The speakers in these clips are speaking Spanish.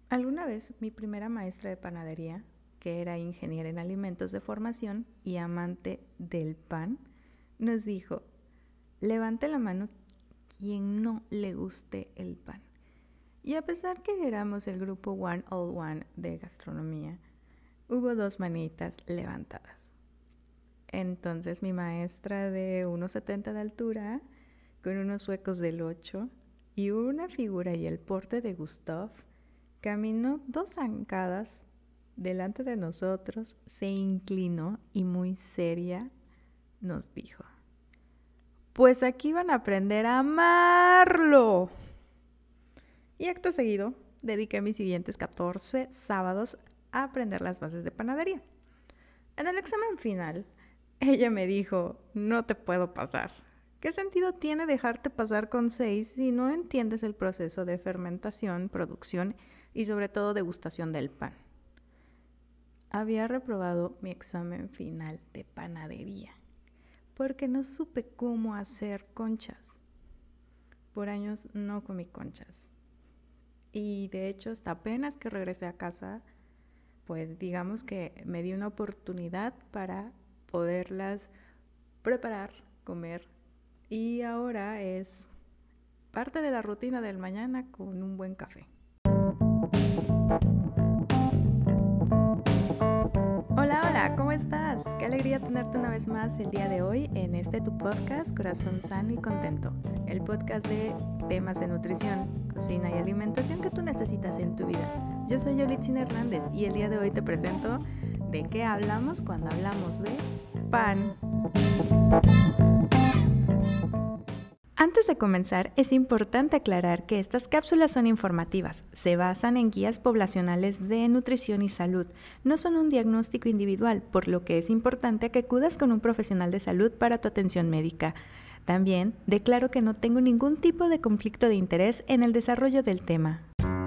Alguna vez mi primera maestra de panadería, que era ingeniera en alimentos de formación y amante del pan, nos dijo: levante la mano quien no le guste el pan. Y a pesar que éramos el grupo One All One de gastronomía, hubo 2 manitas levantadas. Entonces mi maestra de 1,70 de altura, con unos huecos del 8 y una figura y el porte de Gustav, caminó 2 zancadas delante de nosotros, se inclinó y muy seria nos dijo: pues aquí van a aprender a amarlo. Y acto seguido, dediqué mis siguientes 14 sábados a aprender las bases de panadería. En el examen final, ella me dijo: no te puedo pasar. ¿Qué sentido tiene dejarte pasar con 6 si no entiendes el proceso de fermentación, producción y sobre todo degustación del pan? Había reprobado mi examen final de panadería porque no supe cómo hacer conchas. Por años no comí conchas. Y de hecho, hasta apenas que regresé a casa, pues digamos que me di una oportunidad para poderlas preparar, comer. Y ahora es parte de la rutina del mañana con un buen café. Hola, ¿cómo estás? Qué alegría tenerte una vez más el día de hoy en tu podcast Corazón Sano y Contento, el podcast de temas de nutrición, cocina y alimentación que tú necesitas en tu vida. Yo soy Yolitzin Hernández y el día de hoy te presento de qué hablamos cuando hablamos de pan. Antes de comenzar, es importante aclarar que estas cápsulas son informativas, se basan en guías poblacionales de nutrición y salud, no son un diagnóstico individual, por lo que es importante que acudas con un profesional de salud para tu atención médica. También declaro que no tengo ningún tipo de conflicto de interés en el desarrollo del tema.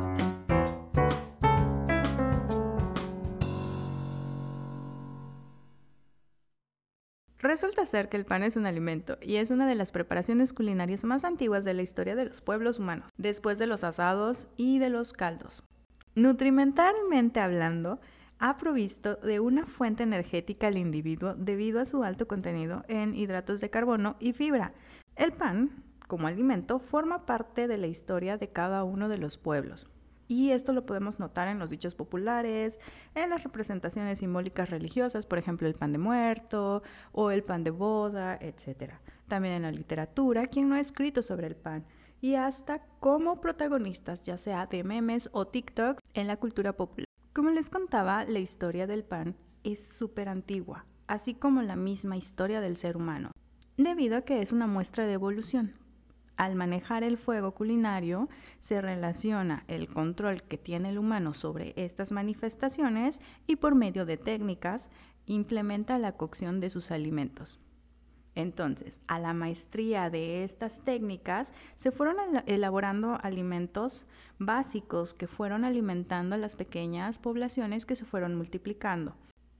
Resulta ser que el pan es un alimento y es una de las preparaciones culinarias más antiguas de la historia de los pueblos humanos, después de los asados y de los caldos. Nutrimentalmente hablando, ha provisto de una fuente energética al individuo debido a su alto contenido en hidratos de carbono y fibra. El pan, como alimento, forma parte de la historia de cada uno de los pueblos. Y esto lo podemos notar en los dichos populares, en las representaciones simbólicas religiosas, por ejemplo el pan de muerto o el pan de boda, etc. También en la literatura, quien no ha escrito sobre el pan, y hasta como protagonistas, ya sea de memes o TikToks, en la cultura popular. Como les contaba, la historia del pan es súper antigua, así como la misma historia del ser humano, debido a que es una muestra de evolución. Al manejar el fuego culinario, se relaciona el control que tiene el humano sobre estas manifestaciones y por medio de técnicas implementa la cocción de sus alimentos. Entonces, a la maestría de estas técnicas se fueron elaborando alimentos básicos que fueron alimentando a las pequeñas poblaciones que se fueron multiplicando.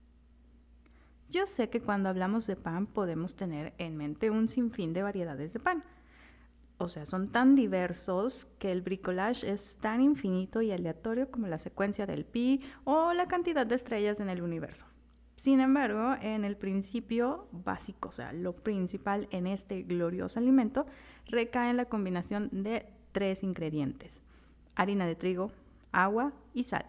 Yo sé que cuando hablamos de pan podemos tener en mente un sinfín de variedades de pan. O sea, son tan diversos que el bricolage es tan infinito y aleatorio como la secuencia del pi o la cantidad de estrellas en el universo. Sin embargo, en el principio básico, o sea, lo principal en este glorioso alimento, recae en la combinación de 3 ingredientes: harina de trigo, agua y sal.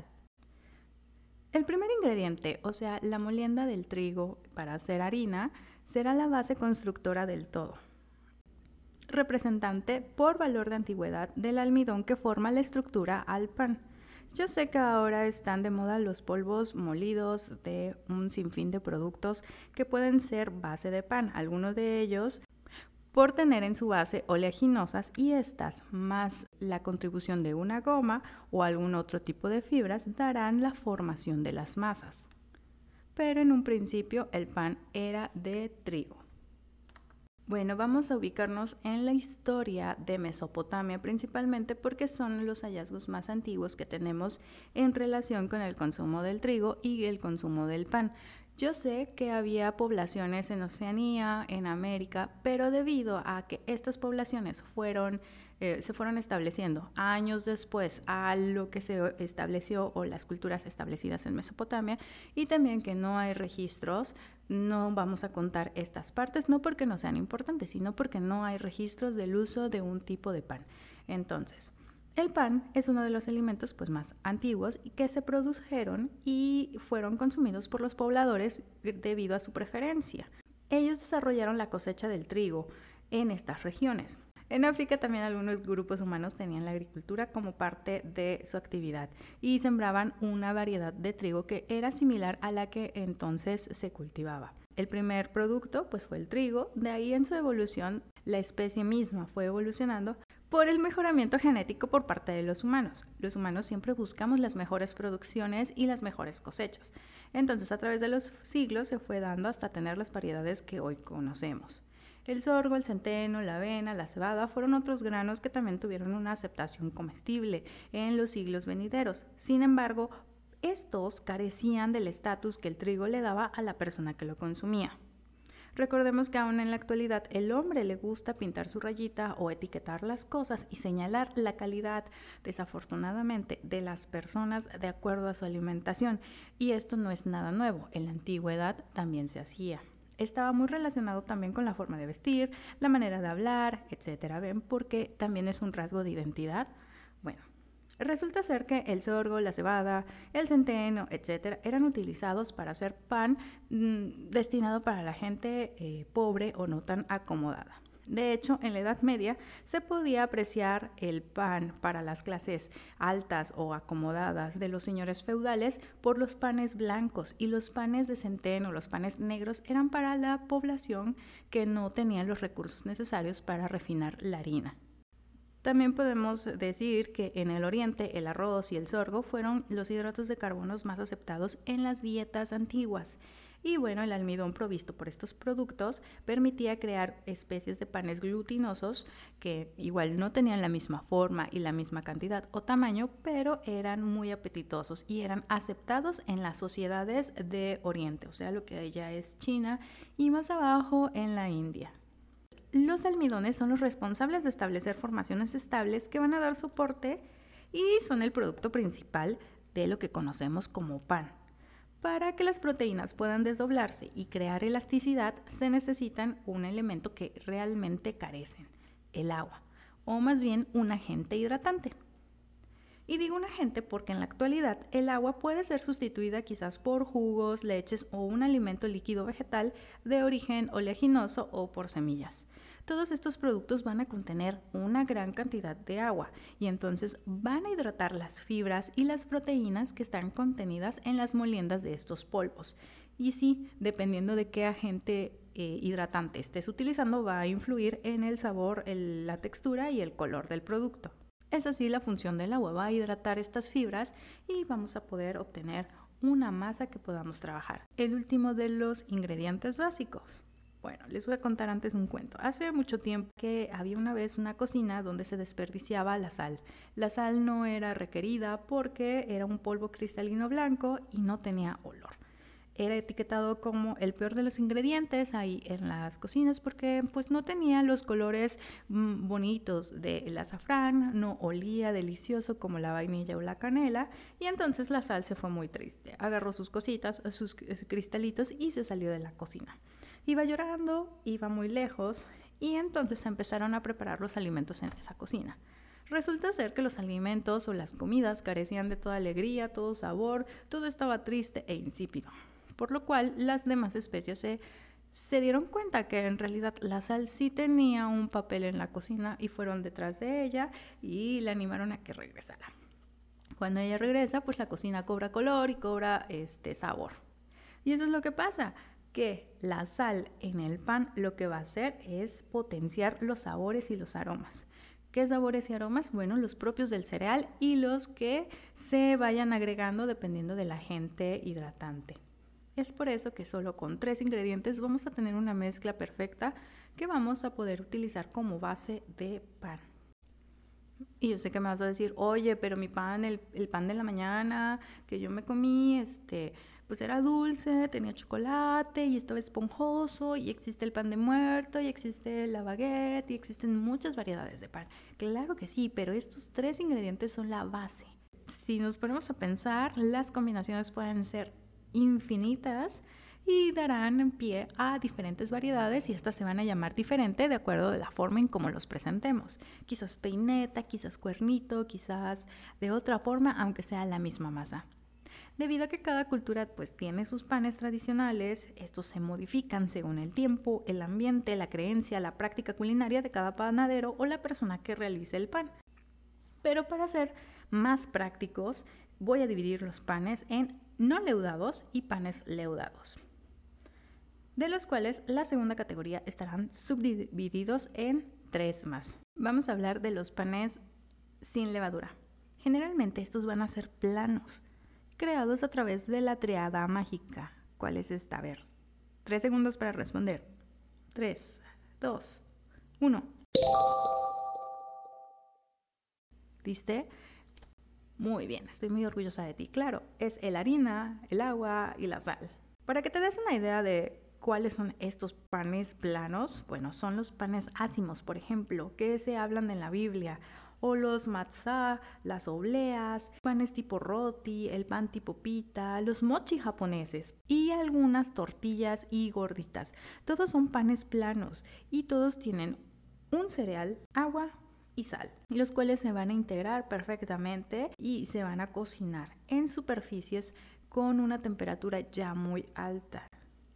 El primer ingrediente, o sea, la molienda del trigo para hacer harina, será la base constructora del todo, representante por valor de antigüedad del almidón que forma la estructura al pan. Yo sé que ahora están de moda los polvos molidos de un sinfín de productos que pueden ser base de pan, algunos de ellos por tener en su base oleaginosas, y estas más la contribución de una goma o algún otro tipo de fibras darán la formación de las masas. Pero en un principio el pan era de trigo. Bueno, vamos a ubicarnos en la historia de Mesopotamia principalmente porque son los hallazgos más antiguos que tenemos en relación con el consumo del trigo y el consumo del pan. Yo sé que había poblaciones en Oceanía, en América, pero debido a que estas poblaciones fueron se fueron estableciendo años después a lo que se estableció o las culturas establecidas en Mesopotamia, y también que no hay registros. No vamos a contar estas partes, no porque no sean importantes, sino porque no hay registros del uso de un tipo de pan. Entonces, el pan es uno de los alimentos pues, más antiguos que se produjeron y fueron consumidos por los pobladores debido a su preferencia. Ellos desarrollaron la cosecha del trigo en estas regiones. En África también algunos grupos humanos tenían la agricultura como parte de su actividad y sembraban una variedad de trigo que era similar a la que entonces se cultivaba. El primer producto pues fue el trigo, de ahí en su evolución la especie misma fue evolucionando por el mejoramiento genético por parte de los humanos. Los humanos siempre buscamos las mejores producciones y las mejores cosechas. Entonces a través de los siglos se fue dando hasta tener las variedades que hoy conocemos. El sorgo, el centeno, la avena, la cebada fueron otros granos que también tuvieron una aceptación comestible en los siglos venideros. Sin embargo, estos carecían del estatus que el trigo le daba a la persona que lo consumía. Recordemos que aún en la actualidad el hombre le gusta pintar su rayita o etiquetar las cosas y señalar la calidad, desafortunadamente, de las personas de acuerdo a su alimentación. Y esto no es nada nuevo, en la antigüedad también se hacía. Estaba muy relacionado también con la forma de vestir, la manera de hablar, etcétera. ¿Ven? Porque también es un rasgo de identidad. Bueno, resulta ser que el sorgo, la cebada, el centeno, etcétera, eran utilizados para hacer pan destinado para la gente pobre o no tan acomodada. De hecho, en la Edad Media se podía apreciar el pan para las clases altas o acomodadas de los señores feudales por los panes blancos, y los panes de centeno, los panes negros, eran para la población que no tenía los recursos necesarios para refinar la harina. También podemos decir que en el Oriente el arroz y el sorgo fueron los hidratos de carbono más aceptados en las dietas antiguas. Y bueno, el almidón provisto por estos productos permitía crear especies de panes glutinosos que igual no tenían la misma forma y la misma cantidad o tamaño, pero eran muy apetitosos y eran aceptados en las sociedades de Oriente, o sea, lo que ya es China y más abajo en la India. Los almidones son los responsables de establecer formaciones estables que van a dar soporte y son el producto principal de lo que conocemos como pan. Para que las proteínas puedan desdoblarse y crear elasticidad, se necesitan un elemento que realmente carecen, el agua, o más bien un agente hidratante. Y digo un agente porque en la actualidad el agua puede ser sustituida quizás por jugos, leches o un alimento líquido vegetal de origen oleaginoso o por semillas. Todos estos productos van a contener una gran cantidad de agua y entonces van a hidratar las fibras y las proteínas que están contenidas en las moliendas de estos polvos. Y sí, dependiendo de qué agente hidratante estés utilizando, va a influir en el sabor, la textura y el color del producto. Es así la función del agua, va a hidratar estas fibras y vamos a poder obtener una masa que podamos trabajar. El último de los ingredientes básicos. Bueno, les voy a contar antes un cuento. Hace mucho tiempo que había una vez una cocina donde se desperdiciaba la sal. La sal no era requerida porque era un polvo cristalino blanco y no tenía olor. Era etiquetado como el peor de los ingredientes ahí en las cocinas porque pues no tenía los colores bonitos del azafrán, no olía delicioso como la vainilla o la canela, y entonces la sal se fue muy triste. Agarró sus cositas, sus cristalitos y se salió de la cocina. Iba llorando, iba muy lejos y entonces empezaron a preparar los alimentos en esa cocina. Resulta ser que los alimentos o las comidas carecían de toda alegría, todo sabor, todo estaba triste e insípido. Por lo cual las demás especies se dieron cuenta que en realidad la sal sí tenía un papel en la cocina y fueron detrás de ella y la animaron a que regresara. Cuando ella regresa, pues la cocina cobra color y cobra sabor. Y eso es lo que pasa, que la sal en el pan lo que va a hacer es potenciar los sabores y los aromas. ¿Qué sabores y aromas? Bueno, los propios del cereal y los que se vayan agregando dependiendo del agente hidratante. Es por eso que solo con 3 ingredientes vamos a tener una mezcla perfecta que vamos a poder utilizar como base de pan. Y yo sé que me vas a decir, oye, pero mi pan, el pan de la mañana que yo me comí, pues era dulce, tenía chocolate y estaba esponjoso, y existe el pan de muerto, y existe la baguette, y existen muchas variedades de pan. Claro que sí, pero estos 3 ingredientes son la base. Si nos ponemos a pensar, las combinaciones pueden ser infinitas y darán pie a diferentes variedades, y estas se van a llamar diferente de acuerdo de la forma en cómo los presentemos. Quizás peineta, quizás cuernito, quizás de otra forma, aunque sea la misma masa. Debido a que cada cultura pues tiene sus panes tradicionales, estos se modifican según el tiempo, el ambiente, la creencia, la práctica culinaria de cada panadero o la persona que realice el pan. Pero para ser más prácticos, voy a dividir los panes en no leudados y panes leudados, de los cuales la segunda categoría estarán subdivididos en 3 más. Vamos a hablar de los panes sin levadura. Generalmente estos van a ser planos, creados a través de la triada mágica. ¿Cuál es esta? A ver, 3 segundos para responder. 3, 2, 1. ¿Viste? Muy bien, estoy muy orgullosa de ti. Claro, es la harina, el agua y la sal. Para que te des una idea de cuáles son estos panes planos, bueno, son los panes ácimos, por ejemplo, que se hablan en la Biblia, o los matzá, las obleas, panes tipo roti, el pan tipo pita, los mochi japoneses y algunas tortillas y gorditas. Todos son panes planos y todos tienen un cereal, agua y sal, los cuales se van a integrar perfectamente y se van a cocinar en superficies con una temperatura ya muy alta.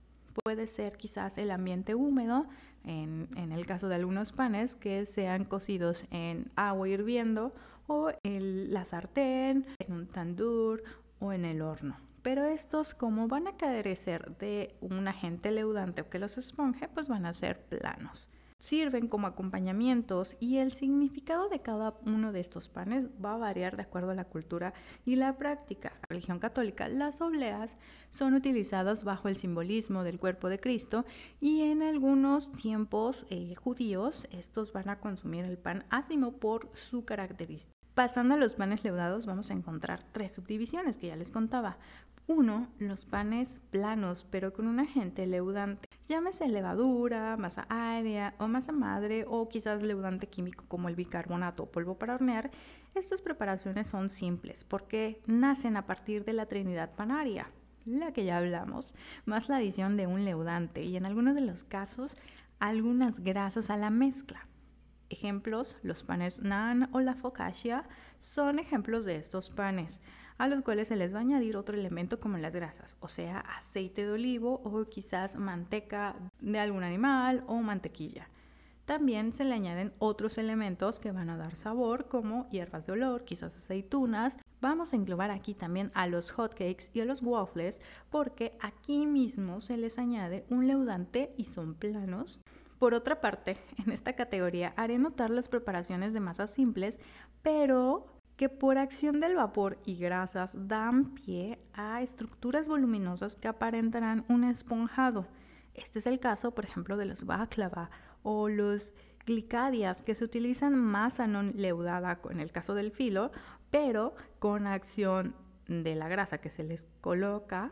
Puede ser quizás el ambiente húmedo, en el caso de algunos panes que sean cocidos en agua hirviendo, o en la sartén, en un tandoor o en el horno. Pero estos, como van a carecer de un agente leudante o que los esponje, pues van a ser planos. Sirven como acompañamientos y el significado de cada uno de estos panes va a variar de acuerdo a la cultura y la práctica. En la religión católica, las obleas son utilizadas bajo el simbolismo del cuerpo de Cristo, y en algunos tiempos judíos estos van a consumir el pan ácimo por su característica. Pasando a los panes leudados, vamos a encontrar 3 subdivisiones que ya les contaba. 1. Los panes planos, pero con un agente leudante. Llámese levadura, masa agria o masa madre, o quizás leudante químico como el bicarbonato o polvo para hornear. Estas preparaciones son simples porque nacen a partir de la trinidad panaria, la que ya hablamos, más la adición de un leudante y en algunos de los casos algunas grasas a la mezcla. Ejemplos, los panes naan o la focaccia son ejemplos de estos panes, a los cuales se les va a añadir otro elemento como las grasas, o sea, aceite de olivo o quizás manteca de algún animal o mantequilla. También se le añaden otros elementos que van a dar sabor, como hierbas de olor, quizás aceitunas. Vamos a englobar aquí también a los hotcakes y a los waffles, porque aquí mismo se les añade un leudante y son planos. Por otra parte, en esta categoría haré notar las preparaciones de masas simples, pero que por acción del vapor y grasas dan pie a estructuras voluminosas que aparentarán un esponjado. Este es el caso, por ejemplo, de los baklava o los glicadias, que se utilizan masa no leudada en el caso del filo, pero con acción de la grasa que se les coloca,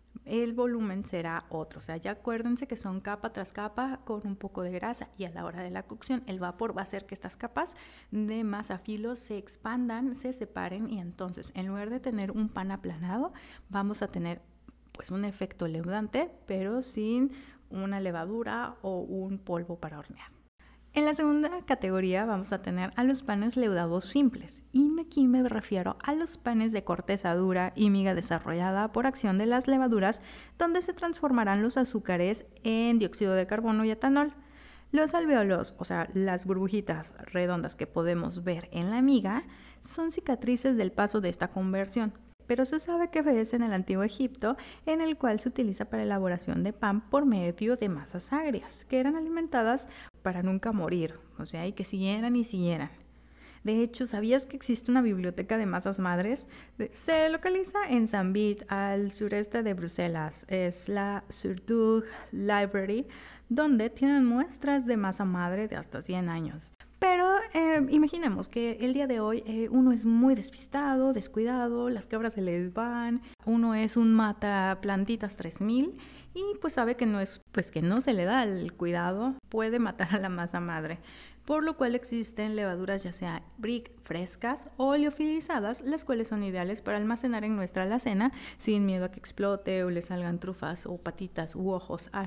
el volumen será otro. O sea, ya acuérdense que son capa tras capa con un poco de grasa, y a la hora de la cocción el vapor va a hacer que estas capas de masa filo se expandan, se separen, y entonces en lugar de tener un pan aplanado vamos a tener pues un efecto leudante, pero sin una levadura o un polvo para hornear. En la segunda categoría vamos a tener a los panes leudados simples, y aquí me refiero a los panes de corteza dura y miga desarrollada por acción de las levaduras, donde se transformarán los azúcares en dióxido de carbono y etanol. Los alvéolos, o sea, las burbujitas redondas que podemos ver en la miga, son cicatrices del paso de esta conversión. Pero se sabe que es en el antiguo Egipto, en el cual se utiliza para elaboración de pan por medio de masas agrias, que eran alimentadas para nunca morir, o sea, y que siguieran y siguieran. De hecho, ¿sabías que existe una biblioteca de masas madres? Se localiza en Saint-Vith, al sureste de Bruselas. Es la Surdug Library, donde tienen muestras de masa madre de hasta 100 años. Pero imaginemos que el día de hoy uno es muy despistado, descuidado, las cabras se les van, uno es un mata plantitas 3000 y pues sabe que no se le da el cuidado, puede matar a la masa madre. Por lo cual existen levaduras ya sea brick frescas o liofilizadas, las cuales son ideales para almacenar en nuestra alacena sin miedo a que explote o le salgan trufas o patitas u ojos a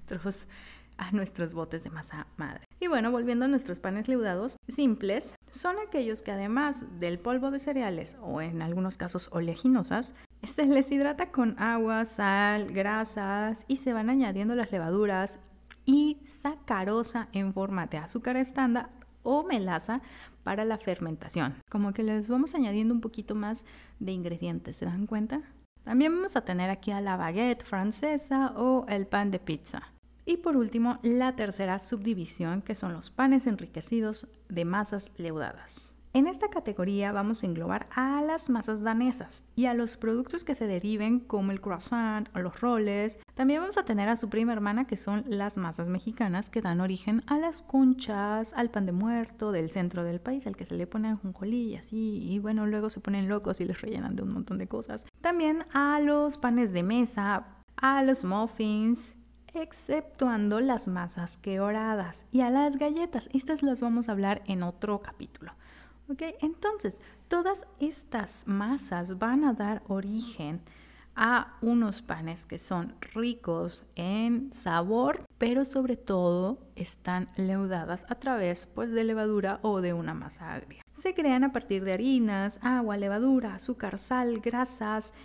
nuestros botes de masa madre. Y bueno, volviendo a nuestros panes leudados simples, son aquellos que además del polvo de cereales o en algunos casos oleaginosas, se les hidrata con agua, sal, grasas y se van añadiendo las levaduras y sacarosa en forma de azúcar estándar o melaza para la fermentación. Como que les vamos añadiendo un poquito más de ingredientes, ¿se dan cuenta? También vamos a tener aquí a la baguette francesa o el pan de pizza. Y por último, la tercera subdivisión, que son los panes enriquecidos de masas leudadas. En esta categoría vamos a englobar a las masas danesas y a los productos que se deriven como el croissant o los roles. También vamos a tener a su prima hermana, que son las masas mexicanas, que dan origen a las conchas, al pan de muerto del centro del país, al que se le pone ajonjolí y así, y bueno, luego se ponen locos y les rellenan de un montón de cosas. También a los panes de mesa, a los muffins, exceptuando las masas quebradas, y a las galletas. Estas las vamos a hablar en otro capítulo. Okay, entonces, todas estas masas van a dar origen a unos panes que son ricos en sabor, pero sobre todo están leudadas a través de levadura o de una masa agria. Se crean a partir de harinas, agua, levadura, azúcar, sal, grasas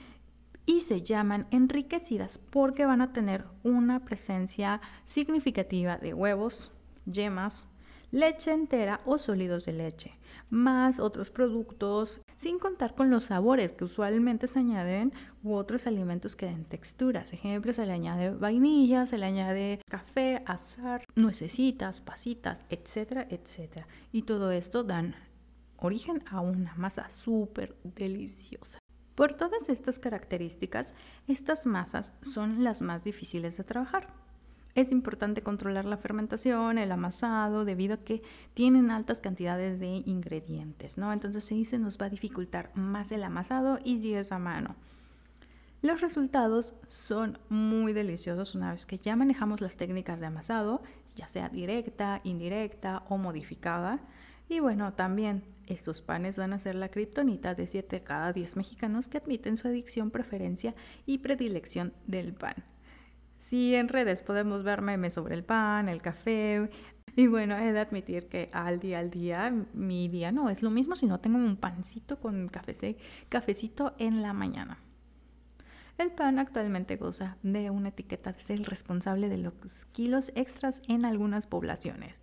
y se llaman enriquecidas porque van a tener una presencia significativa de huevos, yemas, leche entera o sólidos de leche, más otros productos, sin contar con los sabores que usualmente se añaden u otros alimentos que den texturas. Ejemplo, se le añade vainilla, se le añade café, azahar, nuecesitas, pasitas, etcétera, etcétera. Y todo esto dan origen a una masa súper deliciosa. Por todas estas características, estas masas son las más difíciles de trabajar. Es importante controlar la fermentación, el amasado, debido a que tienen altas cantidades de ingredientes, ¿no? Entonces sí se nos va a dificultar más el amasado y si es a mano. Los resultados son muy deliciosos una vez que ya manejamos las técnicas de amasado, ya sea directa, indirecta o modificada. Y bueno, también estos panes van a ser la kriptonita de 7 de cada 10 mexicanos que admiten su adicción, preferencia y predilección del pan. Sí, en redes podemos ver memes sobre el pan, el café. Y bueno, he de admitir que al día, mi día no es lo mismo si no tengo un pancito con cafecito en la mañana. El pan actualmente goza de una etiqueta de ser el responsable de los kilos extras en algunas poblaciones.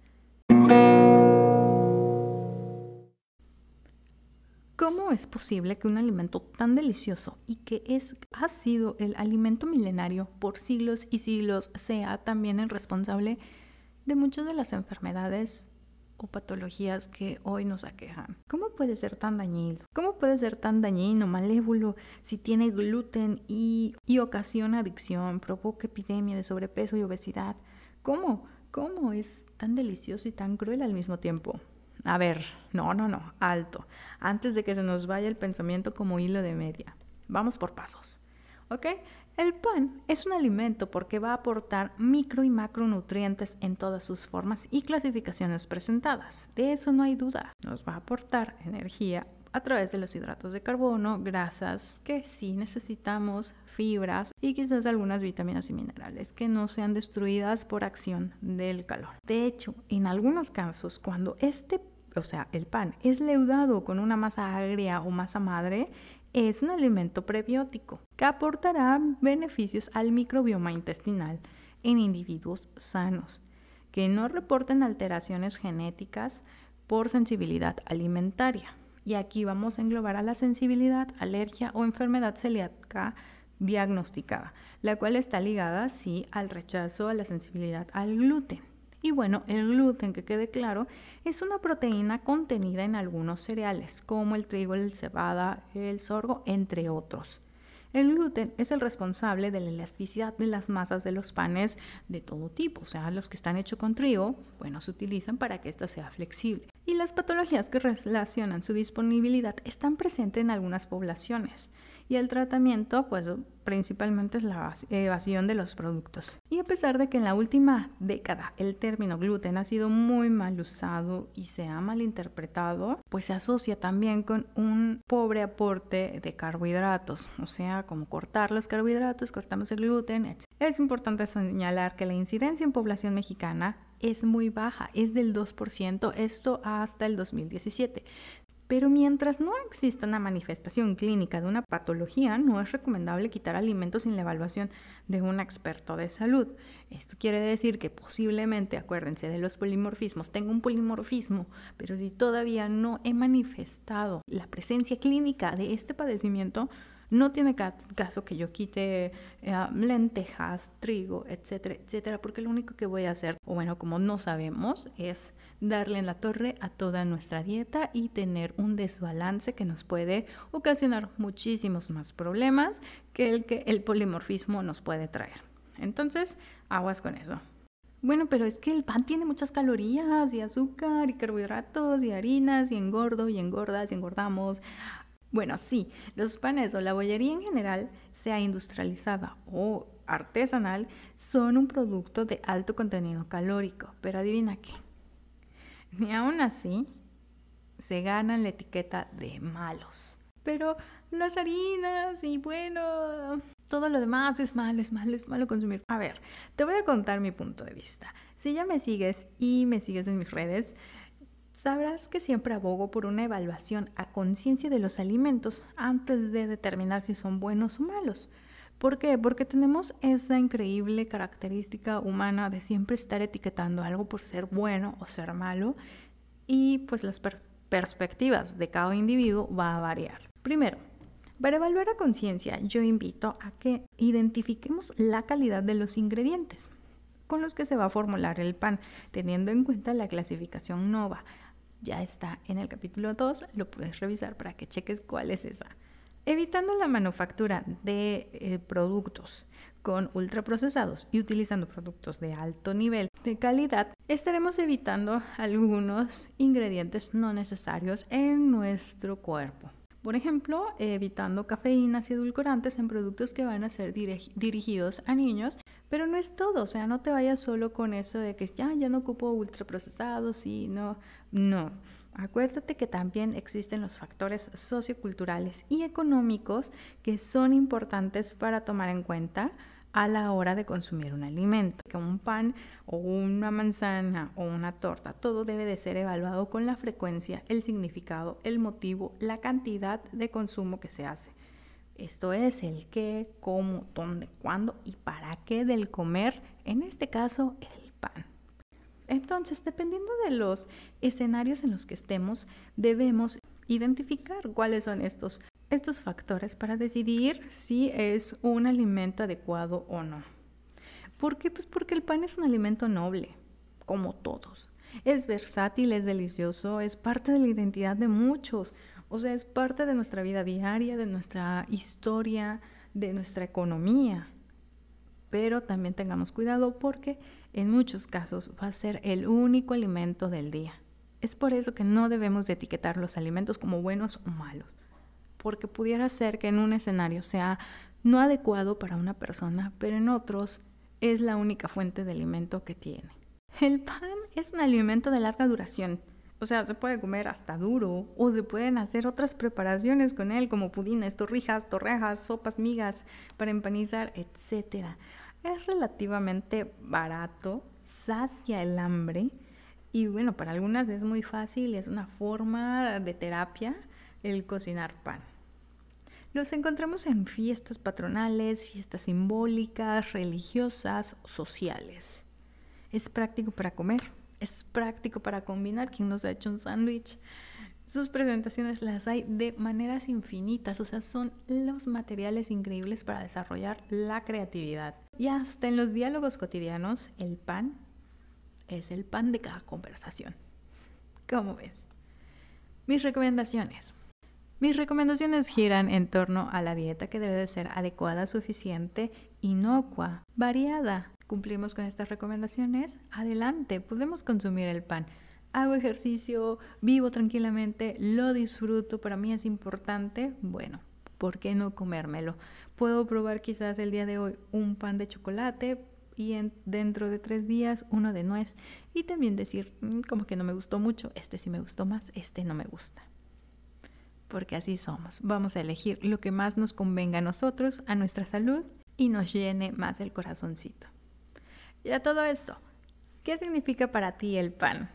¿Cómo es posible que un alimento tan delicioso y que ha sido el alimento milenario por siglos y siglos sea también el responsable de muchas de las enfermedades o patologías que hoy nos aquejan? ¿Cómo puede ser tan dañino? ¿Cómo puede ser tan dañino, malévolo, si tiene gluten y ocasiona adicción, provoca epidemia de sobrepeso y obesidad? ¿Cómo es tan delicioso y tan cruel al mismo tiempo? A ver, no, alto. Antes de que se nos vaya el pensamiento como hilo de media. Vamos por pasos, ¿ok? El pan es un alimento porque va a aportar micro y macronutrientes en todas sus formas y clasificaciones presentadas. De eso no hay duda. Nos va a aportar energía a través de los hidratos de carbono, grasas, que sí necesitamos, fibras y quizás algunas vitaminas y minerales que no sean destruidas por acción del calor. De hecho, en algunos casos, cuando el pan es leudado con una masa agria o masa madre, es un alimento prebiótico que aportará beneficios al microbioma intestinal en individuos sanos que no reporten alteraciones genéticas por sensibilidad alimentaria. Y aquí vamos a englobar a la sensibilidad, alergia o enfermedad celíaca diagnosticada, la cual está ligada, sí, al rechazo a la sensibilidad al gluten. Y bueno, el gluten, que quede claro, es una proteína contenida en algunos cereales, como el trigo, la cebada, el sorgo, entre otros. El gluten es el responsable de la elasticidad de las masas de los panes de todo tipo, o sea, los que están hechos con trigo, bueno, se utilizan para que ésta sea flexible. Y las patologías que relacionan su disponibilidad están presentes en algunas poblaciones. Y el tratamiento, pues principalmente es la evasión de los productos. Y a pesar de que en la última década el término gluten ha sido muy mal usado y se ha malinterpretado, pues se asocia también con un pobre aporte de carbohidratos, o sea, como cortar los carbohidratos, cortamos el gluten, etc. Es importante señalar que la incidencia en población mexicana es muy baja, es del 2%, esto hasta el 2017. Pero mientras no exista una manifestación clínica de una patología, no es recomendable quitar alimentos sin la evaluación de un experto de salud. Esto quiere decir que posiblemente, acuérdense de los polimorfismos, tengo un polimorfismo, pero si todavía no he manifestado la presencia clínica de este padecimiento, no tiene caso que yo quite lentejas, trigo, etcétera, etcétera, porque lo único que voy a hacer, o bueno, como no sabemos, es darle en la torre a toda nuestra dieta y tener un desbalance que nos puede ocasionar muchísimos más problemas que el polimorfismo nos puede traer. Entonces, aguas con eso. Bueno, pero es que el pan tiene muchas calorías y azúcar y carbohidratos y harinas y engordo y engordas y engordamos. Bueno, sí, los panes o la bollería en general, sea industrializada o artesanal, son un producto de alto contenido calórico. Pero adivina qué, ni aún así se ganan la etiqueta de malos. Pero las harinas y bueno, todo lo demás es malo consumir. A ver, te voy a contar mi punto de vista. Si ya me sigues y me sigues en mis redes, sabrás que siempre abogo por una evaluación a conciencia de los alimentos antes de determinar si son buenos o malos. ¿Por qué? Porque tenemos esa increíble característica humana de siempre estar etiquetando algo por ser bueno o ser malo, y pues las perspectivas de cada individuo va a variar. Primero, para evaluar a conciencia, yo invito a que identifiquemos la calidad de los ingredientes con los que se va a formular el pan, teniendo en cuenta la clasificación NOVA. Ya está en el capítulo 2, lo puedes revisar para que cheques cuál es esa. Evitando la manufactura de productos con ultraprocesados y utilizando productos de alto nivel de calidad, estaremos evitando algunos ingredientes no necesarios en nuestro cuerpo. Por ejemplo, evitando cafeínas y edulcorantes en productos que van a ser dirigidos a niños, pero no es todo, o sea, no te vayas solo con eso de que ya no ocupo ultraprocesados y no. Acuérdate que también existen los factores socioculturales y económicos que son importantes para tomar en cuenta a la hora de consumir un alimento. Que un pan o una manzana o una torta, todo debe de ser evaluado con la frecuencia, el significado, el motivo, la cantidad de consumo que se hace. Esto es el qué, cómo, dónde, cuándo y para qué del comer, en este caso el pan. Entonces, dependiendo de los escenarios en los que estemos, debemos identificar cuáles son estos factores para decidir si es un alimento adecuado o no. ¿Por qué? Pues porque el pan es un alimento noble, como todos. Es versátil, es delicioso, es parte de la identidad de muchos. O sea, es parte de nuestra vida diaria, de nuestra historia, de nuestra economía. Pero también tengamos cuidado porque en muchos casos va a ser el único alimento del día. Es por eso que no debemos de etiquetar los alimentos como buenos o malos, porque pudiera ser que en un escenario sea no adecuado para una persona, pero en otros es la única fuente de alimento que tiene. El pan es un alimento de larga duración. O sea, se puede comer hasta duro o se pueden hacer otras preparaciones con él como pudines, torrejas, sopas, migas para empanizar, etc. Es relativamente barato, sacia el hambre y bueno, para algunas es muy fácil, es una forma de terapia el cocinar pan. Los encontramos en fiestas patronales, fiestas simbólicas, religiosas, sociales. Es práctico para comer. Es práctico para combinar. ¿Quién nos ha hecho un sándwich? Sus presentaciones las hay de maneras infinitas, o sea, son los materiales increíbles para desarrollar la creatividad. Y hasta en los diálogos cotidianos, el pan es el pan de cada conversación. ¿Cómo ves? Mis recomendaciones giran en torno a la dieta que debe de ser adecuada, suficiente, inocua, variada. ¿Cumplimos con estas recomendaciones? Adelante, podemos consumir el pan. hago ejercicio, vivo tranquilamente, lo disfruto, para mí es importante, bueno, ¿por qué no comérmelo? Puedo probar quizás el día de hoy un pan de chocolate y dentro de 3 días uno de nuez y también decir, como que no me gustó mucho, este sí me gustó más, este no me gusta. Porque así somos, vamos a elegir lo que más nos convenga a nosotros, a nuestra salud y nos llene más el corazoncito. Y a todo esto, ¿qué significa para ti el pan?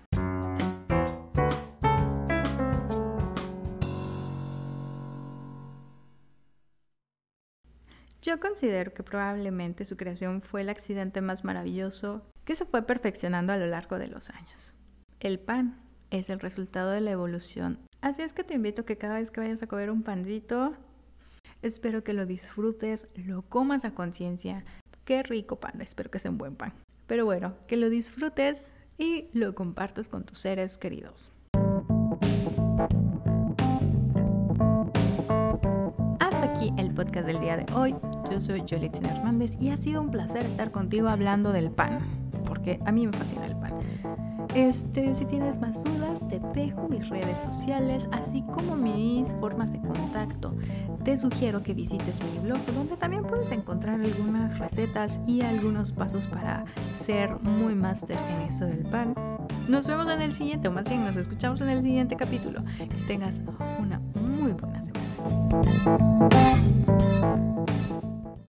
Yo considero que probablemente su creación fue el accidente más maravilloso que se fue perfeccionando a lo largo de los años. El pan es el resultado de la evolución. Así es que te invito a que cada vez que vayas a comer un pancito, espero que lo disfrutes, lo comas a conciencia. Qué rico pan, espero que sea un buen pan. Pero bueno, que lo disfrutes y lo compartas con tus seres queridos. Hasta aquí el podcast del día de hoy. Yo soy Yolitzin Hernández y ha sido un placer estar contigo hablando del pan, porque a mí me fascina el pan. Si tienes más dudas, te dejo mis redes sociales, así como mis formas de contacto. Te sugiero que visites mi blog, donde también puedes encontrar algunas recetas y algunos pasos para ser muy máster en eso del pan. Nos vemos en el siguiente, o más bien nos escuchamos en el siguiente capítulo. Que tengas una muy buena semana.